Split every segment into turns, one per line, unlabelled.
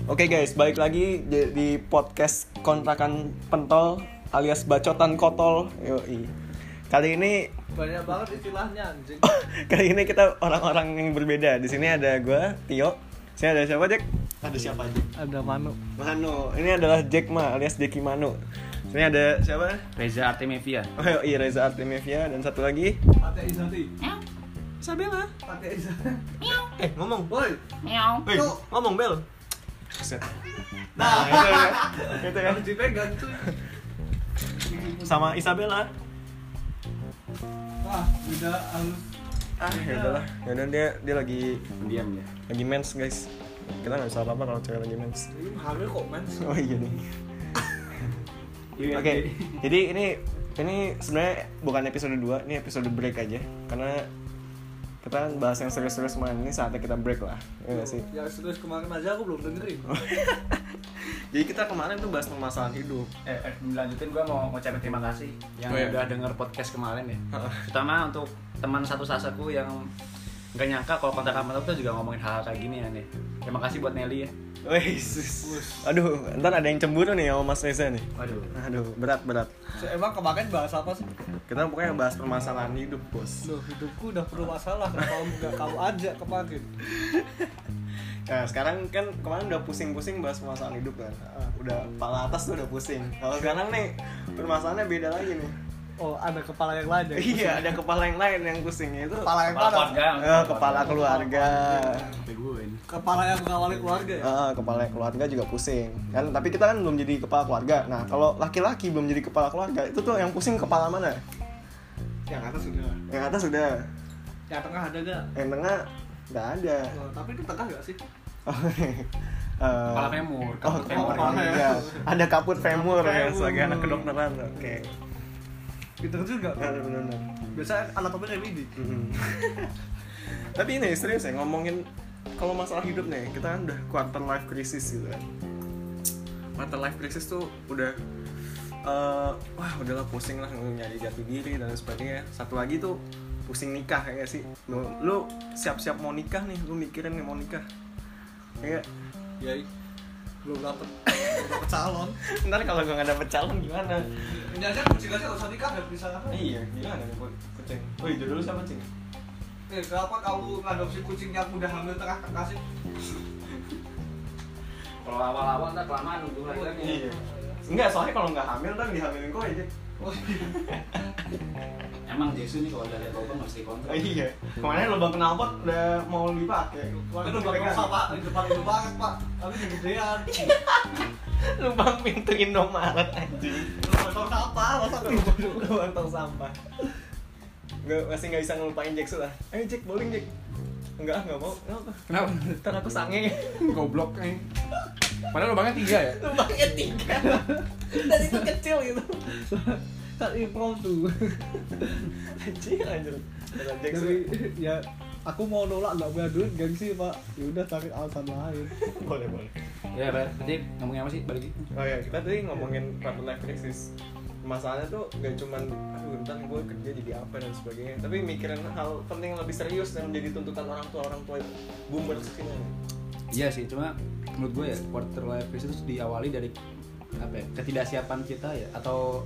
Oke guys, balik lagi di podcast kontrakan pentol alias bacotan kotol. Yoi. Kali ini
banyak banget istilahnya anjing.
Kali ini kita orang-orang yang berbeda. Di sini ada gue, Tio. Sini ada siapa, Jack?
Ada siapa aja?
Ada Manu.
Ini adalah Jack Ma alias Jeki Manu. Sini ada siapa?
Reza Artemevia.
Oh iya, Reza Artemevia. Dan satu lagi
Ate Izati.
Isabella.
Ate Izati.
Ngomong.
Woi.
Ngomong Bel. Set.
Nah,
Itu ya.
harus dipegang cuy.
Sama Isabella.
Wah, udah halus.
Ya udahlah. Ya udah dia lagi
Diam ya.
lagi mens, guys. Kita nggak bisa apa-apa kalau cewek lagi mens.
Ini hamil kok, men.
Oh iya nih. Oke, jadi ini sebenarnya bukan episode 2, ini episode break aja. Karena kita bahas yang serius-serius main, ini saatnya kita break lah. Ya nggak sih?
Ya serius kemarin aja aku belum dengerin.
Jadi kita kemarin tuh bahas permasalahan hidup.
Lanjutin, gue mau ngucapin terima kasih yang udah denger podcast kemarin ya. Terutama untuk teman satu sasaku yang nggak nyangka kalau kontrakan mentok tuh juga ngomongin hal kayak gini ya nih. Terima kasih buat Nelly ya.
Aduh, ntar ada yang cemburu nih sama Mas Reza nih. Aduh, berat.
Emang kemarin bahas apa sih?
Kita pokoknya bahas permasalahan hidup, bos.
Loh, hidupku udah perlu masalah. Kenapa kamu ajak kemarin?
Nah, sekarang kan kemarin udah pusing-pusing bahas permasalahan hidup kan. Udah kepala atas tuh udah pusing. Kalau sekarang nih permasalahannya beda lagi nih.
Oh, ada kepala yang lain ya?
Iya, ada kepala yang lain yang pusing itu.
Kepala yang
Kepala
mana?
keluarga.
Kepala keluarga.
Sampai gue ini.
Kepala yang mengawali keluarga ya?
Kepala keluarga juga pusing. Kan tapi kita kan belum jadi kepala keluarga. Nah, kalau laki-laki belum jadi kepala keluarga, itu tuh yang pusing kepala mana?
Yang atas sudah.
Yang atas sudah.
Yang tengah ada gak?
Yang tengah enggak ada.
Oh, tapi itu tengah gak sih?
Kepala femur, kaput femur.
Iya. Ada kaput femur ya
Femur.
sebagai anak kedokteran. Oke.
Pinter juga.
Benar.
Biasanya anatomnya kayak gini.
Tapi ini serius ya ngomongin kalau masalah hidup nih, kita kan udah quarter life crisis gitu kan. Quarter life crisis tuh udah udahlah pusing lah nyari jati diri dan sebagainya. Satu lagi tuh pusing nikah ya sih. Lu siap-siap mau nikah nih, lu mikirin nih mau nikah. Kayak
Ya, belum dapet calon.
ntar kalau gue nggak dapet calon gimana?
Ini aja kucing aja usah nikah udah bisa apa?
Iya, gimana nih kucing? Oh iya, dulu siapa cing?
Kenapa kamu ngadopsi kucing yang udah hamil tengah kasih?
Kalau awal-awal ntar kelamaan nunggu lahirannya.
Iya. Enggak, soalnya kalau nggak hamil ntar dihamilin kok aja.
Oh,
Emang Jason nih kalau udah lihat lubang mesti kontrak.
Iya. Kemarin lubang knalpot udah mau dipakai.
itu belum usah pak, di depan itu banget pak. Tapi di gedean.
Lubang pintu Indomaret anjing.
Lubang tong sampah, masa
Lubang tong sampah. Gue masih nggak bisa ngelupain Jack sudah. Ayo Jack, bowling Jack. Enggak mau. Kenapa? Ntar aku sange.
Goblok nih. Padahal lubangnya 3 ya?
Lubangnya 3. Dan itu kecil gitu.
Saat impromptu.
Anjing. Jack
Jadi ya aku mau nolak nggak punya duit gengsi pak. Ya udah cari alasan lain.
boleh.
Ya, berarti ngomongin apa sih balik?
Oh ya, kita tadi ngomongin quarter life crisis. Masalahnya tuh gak cuman ntar gue kerja jadi apa dan sebagainya, tapi mikirin hal penting yang lebih serius dan menjadi tuntutan orang tua boomer sekitar.
Iya sih, cuma menurut gue ya quarter life crisis itu diawali dari apa ya, ketidaksiapan kita ya, atau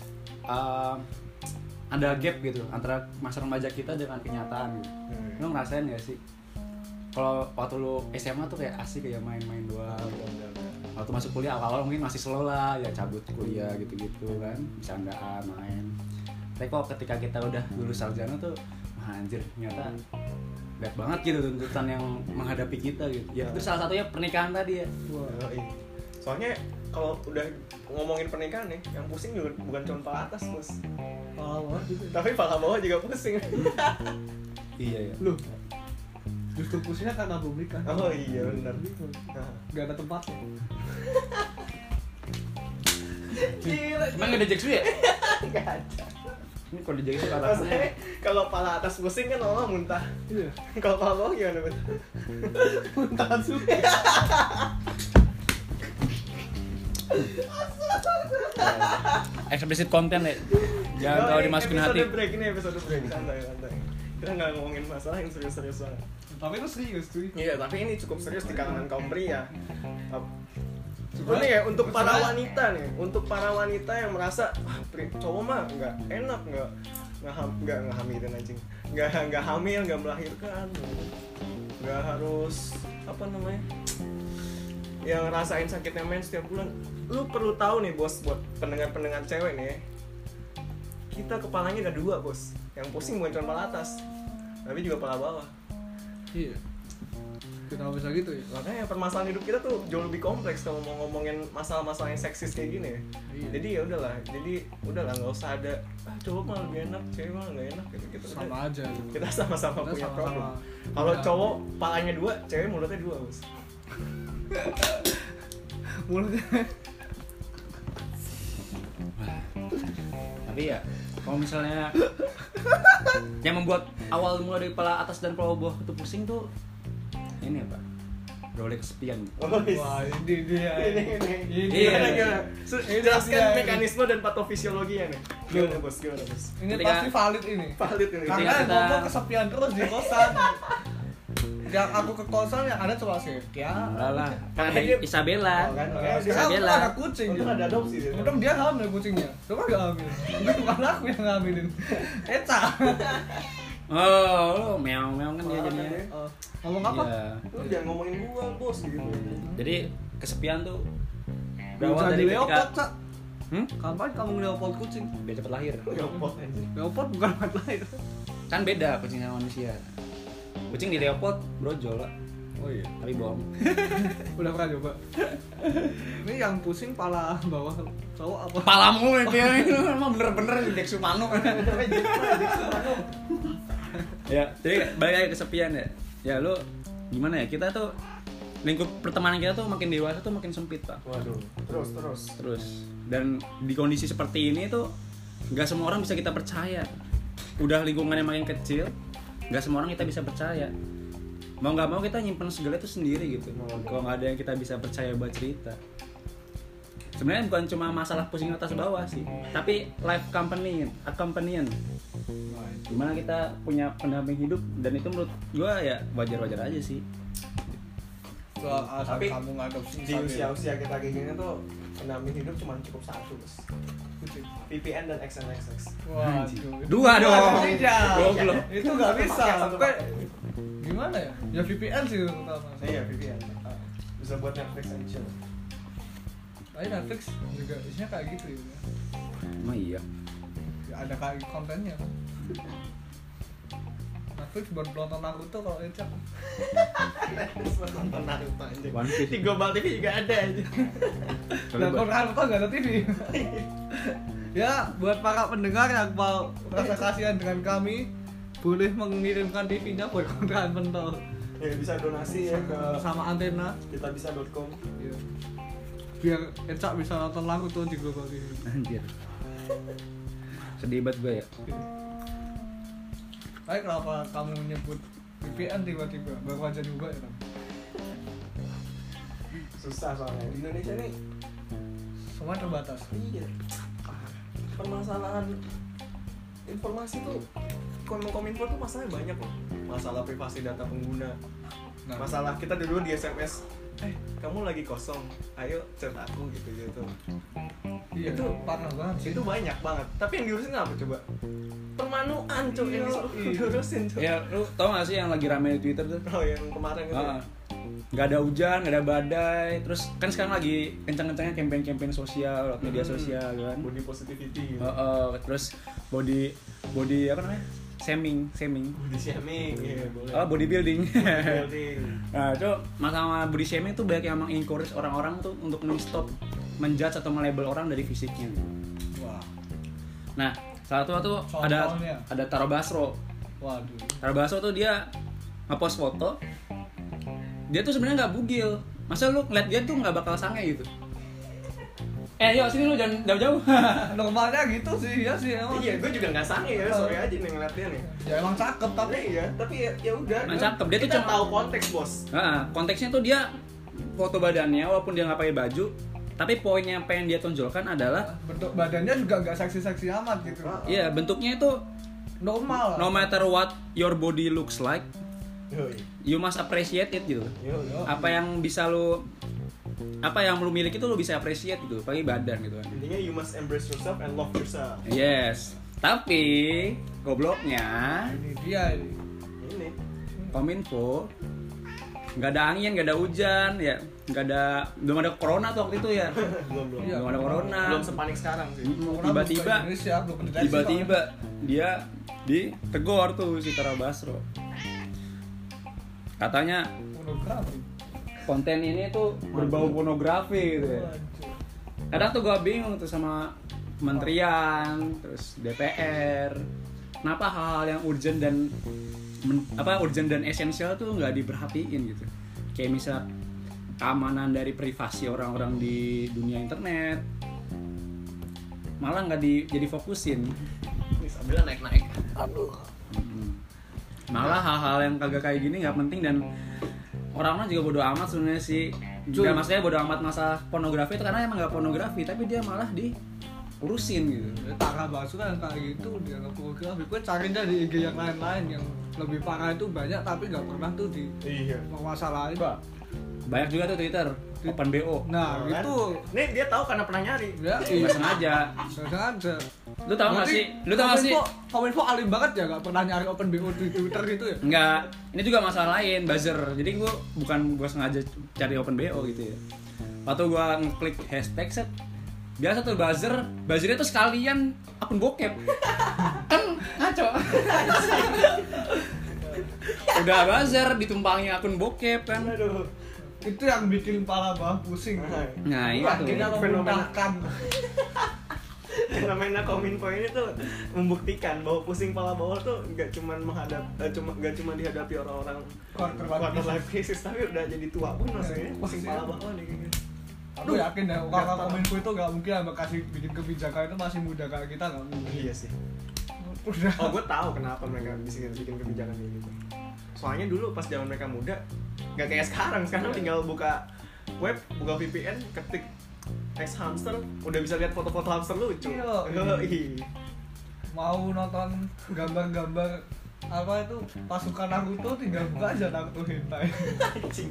ada gap gitu antara masa remaja kita dengan kenyataan gitu. Lu ngerasain gak sih? Kalau waktu lu SMA tuh kayak asik kayak main-main doang. Waktu masuk kuliah awal-awal mungkin masih slow lah, ya cabut kuliah gitu-gitu kan, bercandaan, main. Tapi kok ketika kita udah lulus sarjana tuh, anjir ternyata berat banget gitu tuntutan yang menghadapi kita gitu. Ya itu salah satunya pernikahan tadi ya.
Soalnya kalau udah ngomongin pernikahan nih, yang pusing juga bukan cuma pala atas bos, tapi pala bawah juga pusing.
Iya ya.
Loh, justru pusingnya karena belum nikah.
Oh iya benar.
Gak ada tempatnya.
Emang gak ada Jacksu ya?
Gak ada.
Ini kalau di Jacksu
Maksudnya kalau pala atas pusing kan lama muntah.
Iya.
Kalau pala bawah gimana bet?
Muntahan suka.
Explicit konten ya. Jangan kalau dimasukin hati.
Ini episode break, santai. Kita nggak ngomongin masalah yang serius-serius banget.
Tapi itu serius cuy.
Iya, tapi ini cukup serius di kalangan kaum pria. Ini ya untuk para wanita nih, untuk para wanita yang merasa cowok mah nggak enak, nggak hamilin anjing, nggak hamil, nggak melahirkan, nggak harus apa namanya, yang ngerasain sakitnya men setiap bulan. Lu perlu tahu nih bos, buat pendengar cewek nih, kita kepalanya ada dua bos, yang pusing bukan cuma kepala atas, tapi juga kepala bawah.
Iya. Kenapa bisa gitu ya?
Makanya permasalahan hidup kita tuh jauh lebih kompleks kalau mau ngomongin masalah-masalah yang seksis kayak gini.
Iya.
Jadi ya udahlah nggak usah ada cowok mah lebih enak, cewek mah nggak enak gitu.
Sama aja gitu.
Kita sama-sama
Kita
punya
sama-sama
problem. Kalau
punya-
cowok palanya dua, cewek mulutnya dua bos.
Mulutnya.
Tapi ya kalau misalnya yang membuat awal mulai dari kepala atas dan kepala bawah itu pusing tuh ini apa? Beroleh kesepian.
Wah, ini dia.
Ini.
Iya.
Gimana?
Ini
Jelaskan
dia.
mekanisme dan patofisiologinya nih. Gimana bos?
Ini
Ketika-
pasti valid ini.
Valid ini.
Karena
Ketika kita-
ngomong kesepian terus di kosan. Yang aku ke kosan yang ada cuma Setia.
Lah, kan ada
Makanya dia-
Isabella.
Oh, kan?
Isabella.
Ada kucing.
Untung ada adopsi dia.
Untung dia hamil kucingnya. Coba gak hamil. Bukan aku yang ngambilin. Eca.
Oh, lu meong-meong kan dia jadinya.
Ngomong apa?
Iya.
Lu jangan ngomongin gua bos gitu.
Jadi kesepian tuh
Bisa
berawal
di
dari
Leopold,
ketika
Cak. Kapan kamu Leopold kucing?
biar cepet lahir.
Leopold anjing.
Leopold bukan mat lain.
Kan beda kucing sama manusia. Kucing di Leopold brojol lah,
Oh iya.
tapi bohong.
Udah pernah coba. Ini yang pusing pala bawah cowok apa?
Palamu itu emang bener-bener Dex Sumano. Ya, jadi balik lagi kesepian ya. Ya lu gimana ya? Kita tuh lingkup pertemanan kita tuh makin dewasa tuh makin sempit, Pak.
Waduh, terus.
Terus dan di kondisi seperti ini tuh nggak semua orang bisa kita percaya. Udah lingkungannya makin kecil, nggak semua orang kita bisa percaya. Mau nggak mau kita nyimpen segala itu sendiri gitu. Kalau nggak ada yang kita bisa percaya buat cerita. Sebenarnya bukan cuma masalah pusing atas bawah sih, tapi life companion. Gimana kita punya pendamping hidup, dan itu menurut gua ya wajar-wajar aja sih.
Soal asal
Tapi
kamu ngadopsi
Di usia kita kayak gini tuh pendamping hidup cuma cukup satu bos.
kucing.
VPN dan XNXX.
Waduh.
Dua dong.
Tidak.
Goblok.
Itu nggak bisa.
Satu
Kayak
paket.
gimana ya? Ya VPN sih utama.
Iya VPN. Bisa buat Netflix and chill.
Tapi Netflix juga isinya kayak gitu ya.
Emang iya.
Ya, ada kayak kontennya kan. Netflix buat nonton Naruto kalau Eca.
Netflix buat nonton Naruto anjing.
One Piece.
Di Global TV juga ada aja.
Nah, kalau Naruto nggak ada TV. Ya, buat para pendengar yang mau rasa kasihan dengan kami, boleh mengirimkan TV-nya buat kontrakan pentol
Ya bisa donasi ya ke
sama antena.
kitabisa.com.
Ya. Biar Eca bisa nonton Naruto di Global TV.
Anjir. Sedih banget gue ya.
Tapi kenapa kamu nyebut VPN tiba-tiba? Baru aja juga ya kan?
Susah soalnya di Indonesia nih.
Semua terbatas.
Iya. Permasalahan informasi tuh Kominfo tuh masalahnya banyak loh. Masalah privasi data pengguna.
Nah,
Masalah kita dulu di SMS, kamu lagi kosong, ayo chat aku gitu.
iya, itu parah banget sih.
Itu banyak banget. Tapi yang diurusin apa coba? Permanuan coba yang diurusin coba.
Ya, lu tau gak sih yang lagi rame di Twitter tuh?
Oh yang kemarin itu.
Nggak ada hujan, nggak ada badai. Terus kan sekarang lagi kencang-kencangnya campaign sosial, media sosial kan.
Body positivity.
Terus body apa namanya? Shaming.
Body shaming, ya boleh.
Bodybuilding.
Bodybuilding.
Nah, itu masalah body shaming tuh banyak yang encourage orang-orang tuh untuk men-stop menjudge atau melabel orang dari fisiknya.
Wah,
Nah, salah satu tuh
Contohnya?
ada Taro Basro.
waduh.
Taro Basro tuh dia nge-post foto. Dia tuh sebenarnya nggak bugil. Masa lu ngeliat dia tuh nggak bakal sange gitu? Yuk sini lu jangan jauh-jauh.
Normalnya gitu sih, ya sih emang.
Iya, gue juga nggak sange ya, sorry aja nih ngeliatnya nih.
Ya emang cakep tapi
Tapi ya udah.
Emang cakep, dia tuh
kita
cuma-
tahu konteks bos.
Nah, konteksnya tuh dia foto badannya walaupun dia nggak pakai baju, tapi poin yang pengen dia tonjolkan adalah
bentuk badannya juga nggak seksi-seksi amat gitu.
iya bentuknya itu
Normal.
no matter what your body looks like,
Yoi.
You must appreciate it gitu.
Yoi.
Apa yang lu miliki tuh lu bisa appreciate gitu, pakai badan gitu kan.
Intinya you must embrace yourself and love yourself.
Yes. Tapi gobloknya
Ini dia ini.
Ini
Kominfo nggak ada angin, nggak ada hujan, ya belum ada corona tuh waktu itu ya.
belum.
Iya.
Belum ada corona.
Belum sepanik sekarang sih.
Tiba-tiba
Indonesia, belum pendeteksi
tiba-tiba dia ditegur tuh si Tara Basro. Katanya
pornografi.
konten ini tuh berbau pornografi gitu ya. Kadang tuh gue bingung tuh sama kementerian, terus DPR. Kenapa hal-hal yang urgent dan esensial tuh nggak diperhatiin gitu? Kayak misal keamanan dari privasi orang-orang di dunia internet, malah nggak jadi fokusin.
Ini sambil naik.
Malah hal-hal yang kagak kayak gini nggak penting dan orang-orang juga bodo amat sebenarnya sih. Juga maksudnya bodo amat masalah pornografi itu karena emang nggak pornografi, tapi dia malah diurusin gitu.
Tara Basro yang kayak gitu dia nggak pornografi. Gue carinya di IG yang lain-lain yang lebih parah itu banyak tapi nggak pernah tuh di
Iya.
permasalahin.
Banyak juga tuh Twitter open BO.
Nah
Kan?
itu
Nih dia tahu karena pernah nyari.
ya
Nggak sengaja.
sengaja.
Lu tau nggak sih? Lu tau nggak sih?
Kominfo alim banget ya nggak pernah nyari open BO di Twitter gitu ya.
Enggak. Ini juga masalah lain, buzzer. Jadi gua sengaja cari open BO gitu ya. Waktu gua ngeklik hashtag set, biasa tuh buzzernya tuh sekalian akun bokep. Kan ngaco. Udah buzzer ditumpangi akun bokep kan.
Aduh.
Itu yang bikin kepala bawah pusing.
Nah, itu.
Akhirnya memuntahkan.
Fenomena Kominfo ini tuh membuktikan bahwa pusing pala bawah tuh nggak cuma dihadapi orang-orang quarter life crisis, tapi udah jadi tua pun maksudnya pusing pala bawah nih kayak gitu.
Aku yakin deh orang Kominfo itu nggak mungkin bakal bikin kebijakan itu masih muda kayak kita nggak mungkin.
Iya sih.
Udah.
Oh, gue tahu kenapa mereka bikin kebijakan kayak gitu. Soalnya dulu pas zaman mereka muda nggak kayak sekarang tinggal buka web, buka VPN, ketik teks hamster, udah bisa lihat foto-foto hamster lucu.
Iya. Mau nonton gambar-gambar apa itu pasukan Naruto tinggal buka aja Naruto hentai.
Anjing.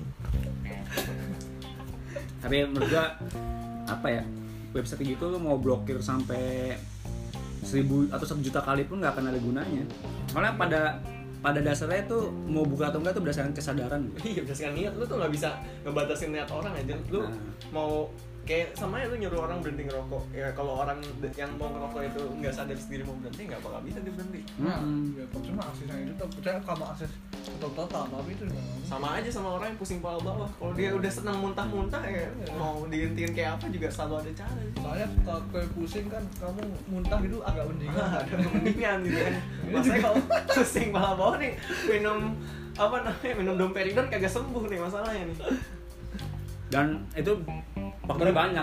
Tapi menurut gua apa ya, website gitu lu mau blokir sampai 1000 atau 1 juta kali pun nggak akan ada gunanya. Soalnya pada dasarnya tuh mau buka atau enggak tuh berdasarkan kesadaran.
Iya, berdasarkan niat. Lu tuh nggak bisa ngebatasin niat orang aja. Lu mau kayak sama ya lu nyuruh orang berhenti ngerokok. Ya kalau orang yang mau ngerokok itu nggak sadar sendiri mau berhenti, nggak bakal bisa dia berhenti.
Nah, ya cuma aksesnya itu tuh percaya kamu akses total tapi itu
Sama aja sama orang yang pusing pala bawah. Kalau dia udah senang muntah-muntah ya mau dihentiin kayak apa juga selalu ada cara.
soalnya kalau kayak pusing kan kamu muntah itu agak mendingan.
Ada mendingan gitu kan. Maksudnya kalau pusing pala bawah nih minum domperidon kagak sembuh nih masalahnya nih.
Dan itu faktornya banyak.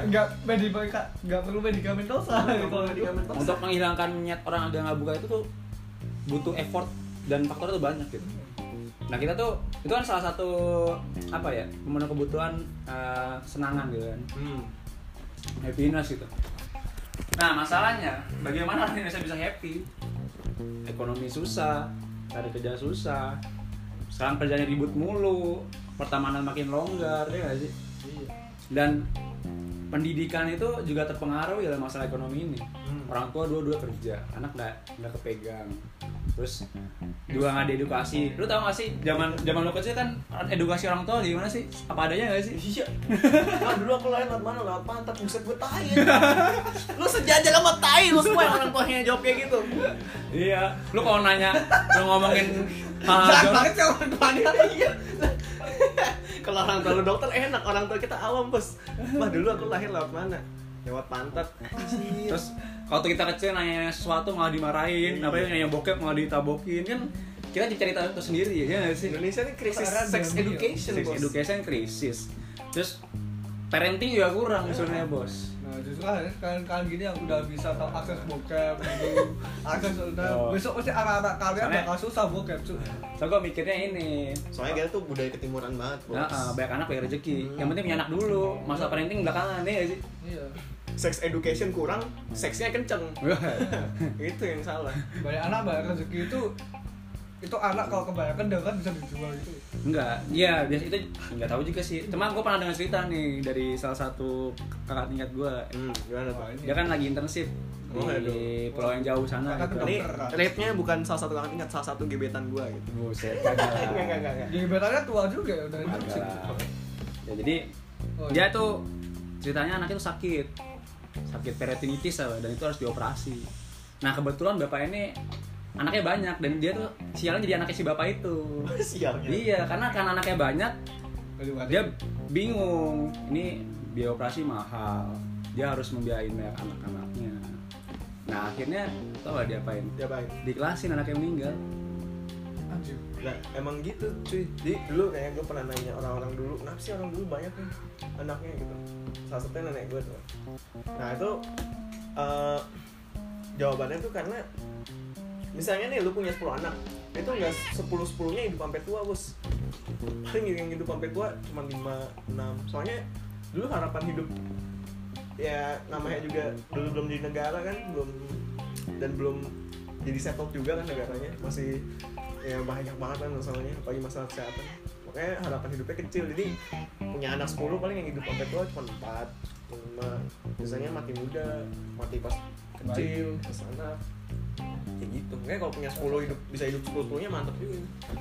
Nggak perlu medikamentosa gitu.
Untuk menghilangkan niat orang agar nggak buka itu tuh butuh effort dan faktornya tuh banyak gitu. Nah kita tuh itu kan salah satu apa ya, memenuhi kebutuhan senangan gitu kan, happiness gitu. Nah masalahnya bagaimana orang Indonesia bisa happy? Ekonomi susah, cari kerja susah, sekarang kerjanya ribut mulu, pertemanan makin longgar, ya nggak sih? Dan pendidikan itu juga terpengaruh ya masalah ekonomi ini. Orang tua dua-dua kerja, anak nggak kepegang. Terus juga nggak ada edukasi. Lu tau nggak sih zaman lu kecil kan edukasi orang tua gimana sih? Apa adanya nggak sih?
Iya. Dulu aku lahir lewat mana? Lewat pantat, buset gue tai. Lu sejajar sama tai lu semua yang orang tuanya jawab kayak gitu.
Iya. Lu kalau nanya, lu ngomongin
Jangan banget sih orang tuanya.
Iya. Kalau orang tua lu dokter enak, orang tua kita awam bos. Wah dulu aku lahir lewat mana? Lewat pantat.
Terus kalau kita kecil nanya sesuatu malah dimarahin, apa nanya bokep malah ditabokin kan, kita dicari tahu sendiri ya nggak sih?
Indonesia ini krisis sex education,
Sex
bos.
education krisis. Terus parenting juga kurang sebenarnya bos.
Nah justru kalian gini yang udah bisa tahu akses bokep gitu, akses udah besok pasti anak-anak kalian bakal susah bokep cuy.
So gue mikirnya ini.
Soalnya kita tuh budaya ketimuran banget, bos.
Banyak anak banyak rezeki. Yang penting punya anak dulu. Masalah parenting belakangan ya sih.
Iya.
Sex education kurang, seksnya kenceng. Itu yang salah.
Banyak anak banyak rezeki itu Itu anak kalau kebanyakan dengan bisa dijual gitu.
Enggak, iya biasa itu nggak tahu juga sih. Cuma gue pernah dengar cerita nih dari salah satu kakak tingkat gue.
Gimana tuh?
Dia kan lagi internship di pulau yang jauh sana.
Kakak
Gitu.
Ini
dokter, kan?
rate-nya bukan salah satu kakak tingkat, salah satu gebetan gua gitu.
Buset, kagak lah.
Enggak.
Di betalnya tua juga ya udah
Kagak
internship.
lah. Ya, jadi
Oh,
dia tuh ceritanya anaknya tuh sakit peritonitis dan itu harus dioperasi. Nah kebetulan bapak ini anaknya banyak dan dia tuh sialnya jadi anaknya si bapak itu.
Sialnya.
Iya, karena anaknya banyak, dia bingung. Ini biaya operasi mahal, dia harus membiayain banyak anak-anaknya. Nah akhirnya tau gak diapain?
Diapain?
Diklasin anaknya meninggal.
Anjir.
Nah, emang gitu cuy. Jadi dulu kayak gue pernah nanya orang-orang dulu, kenapa sih orang dulu banyak nih anaknya gitu. Salah satunya nenek gue tuh. Nah itu jawabannya tuh karena misalnya nih lu punya 10 anak, itu enggak 10-10-nya hidup sampai tua, Bos. Paling yang hidup sampai tua cuma 5, 6. Soalnya dulu harapan hidup ya namanya juga dulu belum di negara kan, belum jadi settled juga kan negaranya, masih ya banyak banget kan masalahnya, apalagi masalah kesehatan. Makanya harapan hidupnya kecil, jadi punya anak 10 paling yang hidup sampai tua cuma 4, 5. Biasanya mati muda, mati pas kecil, pas anak. Kayak gitu. Makanya kalau punya 10 hidup bisa hidup 10-10-nya mantap juga.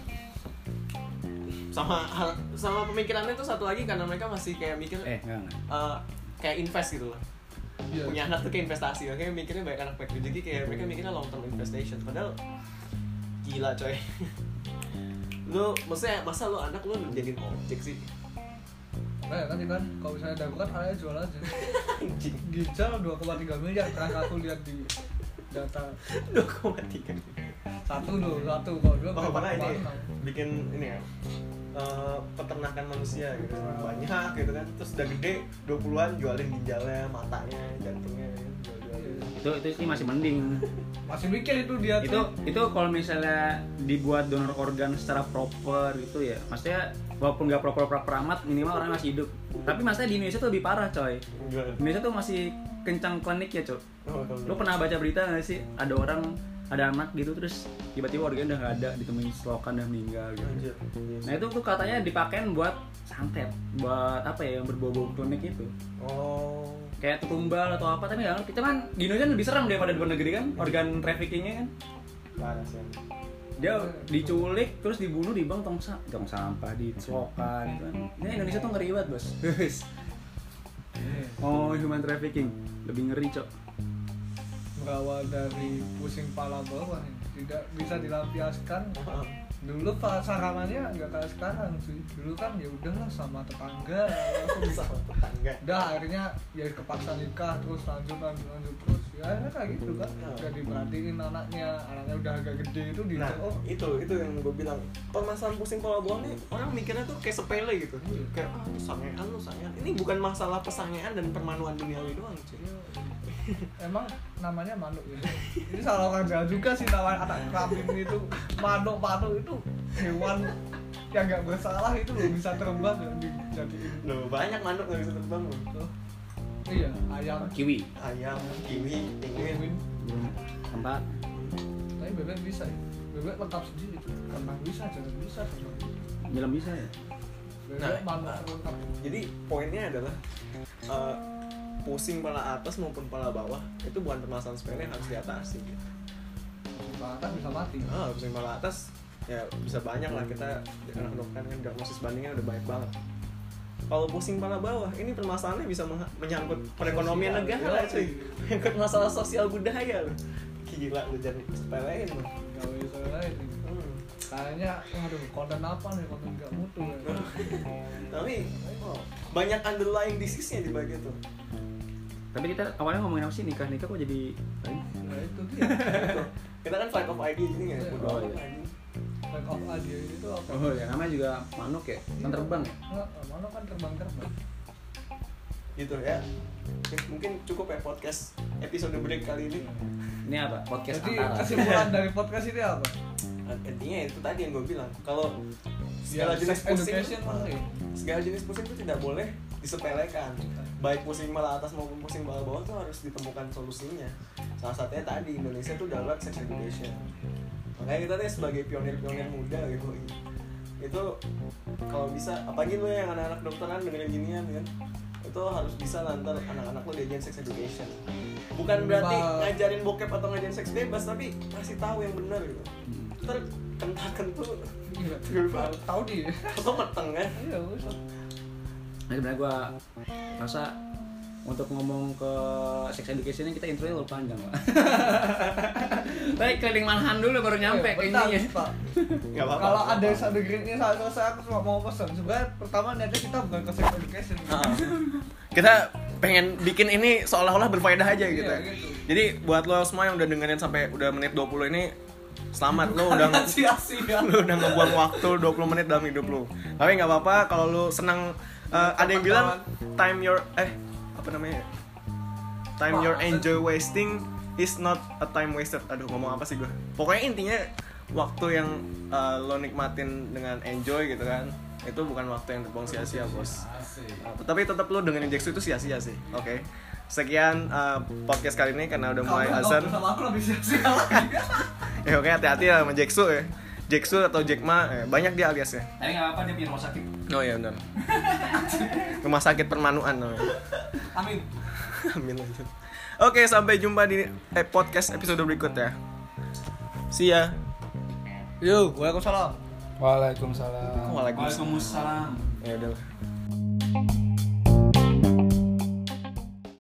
Sama pemikirannya tuh satu lagi karena mereka masih kayak mikir
Enggak.
kayak invest gitu loh.
Iya.
Punya anak tuh kayak investasi, makanya mikirnya banyak anak baik rezeki, kayak mereka mikirnya long term investation. Padahal gila coy. Lu maksudnya masa lu anak lu jadiin objek sih?
Nah ya kan kalau misalnya darurat anaknya jual aja.
Anjing.
Ginjal 2,3 miliar kan aku lihat di data
2,3.
satu kalau dua
Oh, mana ini
4,6.
bikin ini ya, peternakan manusia gitu, banyak gitu kan, terus udah gede 20-an jualin ginjalnya, matanya, jantungnya, jual-jualin.
Itu masih mending.
Masih mikir itu dia
Itu kalau misalnya dibuat donor organ secara proper itu ya, maksudnya walaupun nggak proper amat, minimal orang masih hidup. Tapi maksudnya di Indonesia tuh lebih parah coy.
Jualin.
Indonesia tuh masih kencang klinik ya coy.
Oh,
Lo pernah baca berita nggak sih, ada anak gitu terus tiba-tiba organnya udah nggak ada, ditemuin selokan dan meninggal gitu.
Anjir.
Nah itu tuh katanya dipakein buat santet, buat apa ya, yang berbau-bau klinik itu.
Oh.
Kayak tumbal atau apa, tapi nggak ngerti. Cuman di Indonesia lebih serem daripada di luar negeri kan, organ traffickingnya kan.
Parah sih.
Dia diculik terus dibunuh di tong sampah, di selokan gitu kan. Ini Indonesia tuh ngeri banget bos. Oh, human trafficking lebih ngeri cok.
berawal dari pusing pala bawah tidak bisa dilampiaskan. Dulu sarangannya nggak kayak sekarang sih. Dulu kan ya udahlah sama tetangga, langsung bisa
Sama tetangga.
udah akhirnya ya kepaksa nikah terus lanjut terus ya akhirnya kayak gitu kan. Udah diperhatiin anaknya udah agak gede itu
Nah, itu yang gue bilang, permasalahan pusing kepala bawah nih orang mikirnya tuh kayak sepele gitu. Kayak lu sangean. Ini bukan masalah pesangean dan permanuan duniawi doang, cuy.
emang namanya manuk gitu. Ini salah orang Jawa juga sih nama anak kambing itu. Manuk itu hewan yang nggak bersalah itu loh, bisa terbang ya dijadiin.
Loh, banyak manuk yang bisa terbang loh.
Tuh. Iya, ayam,
Kiwi.
Ayam, kiwi, penguin.
penguin.
Tempat.
Tapi bebek bisa ya. Bebek lengkap sendiri itu. Kentang bisa, jangan bisa semua.
Jalan bisa ya.
Bebek manuk lengkap.
Jadi poinnya adalah pusing pala atas maupun pala bawah itu bukan permasalahan sepele yang harus diatasi gitu.
Bahkan bisa mati.
Pusing pala atas ya bisa banyak lah, kita anak dokter kan diagnosis bandingnya udah banyak banget. Kalau pusing pala bawah ini permasalahannya bisa menyangkut perekonomian
Sosial,
negara
iya.
cuy, menyangkut masalah sosial budaya loh. Gila lu jadi sepelein loh.
Gak bisa lain. Kayaknya, aduh, konten apa nih, konten gak mutu ya.
Tapi banyak underlying disease-nya di bagian itu.
Tapi kita awalnya ngomongin apa sih, nikah kok jadi
Nah itu dia.
Kita kan fight of idea jadi nggak ya?
Iya.
Bodo
Oh,
amat
iya.
anjing.
Like of idea itu apa?
oh ya namanya juga manuk ya, kan terbang ya.
Nggak, manuk kan terbang.
Gitu ya. Mungkin cukup ya podcast episode break kali ini.
Ini apa? Podcast
Jadi
antara.
kesimpulan dari podcast ini apa?
Intinya itu tadi yang gue bilang, kalau
Ya,
segala jenis
sex
pusing,
education penting.
segala jenis pusing itu tidak boleh disepelekan. Baik pusing pala atas maupun pusing pala bawah tuh harus ditemukan solusinya. Salah satunya tadi Indonesia tuh darurat sex education. Makanya kita nih sebagai pionir-pionir muda gitu, itu kalau bisa, apalagi lu yang anak-anak kedokteran dengerin ginian kan, itu harus bisa lantar anak-anak lu diajarin sex education. Bukan berarti ngajarin bokep atau ngajarin seks bebas, tapi kasih tahu yang benar gitu. Ntar kentak-kentuk
tahu dia
atau meteng kan.
iya usah.
Nah sebenarnya gue rasa untuk ngomong ke sex education ini kita intronya terlalu panjang Pak. Tapi keliling malahan dulu baru nyampe ke intinya.
Pak.
Nggak apa-apa.
Kalau ada satu grade ini saat selesai aku cuma mau pesan. Sebenarnya pertama niatnya kita bukan ke sex education.
Kita pengen bikin ini seolah-olah berfaedah aja gitu.
Iya, gitu.
Jadi buat lo semua yang udah dengerin sampai udah menit 20 ini, selamat, lo udah
sia-sia.
lu udah ngebuang waktu 20 menit dalam hidup lu. Tapi nggak apa-apa kalau lu senang. Ada yang bilang time your enjoy wasting is not a time wasted. Aduh, ngomong apa sih gue? Pokoknya intinya waktu yang lo nikmatin dengan enjoy gitu kan, itu bukan waktu yang terbuang sia-sia, bos. Tapi tetap lo dengerin Jeksu itu sia-sia sih. Oke. Sekian podcast kali ini karena udah mulai azan.
Sama aku lebih sia-sia lagi.
Ya oke, hati-hati ya sama Jeksu ya. Jeksu atau Jackma, banyak dia aliasnya.
Tapi nggak apa-apa dia punya rumah sakit.
Oh iya benar. Rumah sakit permanuan namanya.
Amin.
Amin lanjut. Oke, sampai jumpa di podcast episode berikutnya. See ya.
Yo, waalaikumsalam.
Waalaikumsalam.
Waalaikumsalam.
Waalaikumsalam.
Ya udah.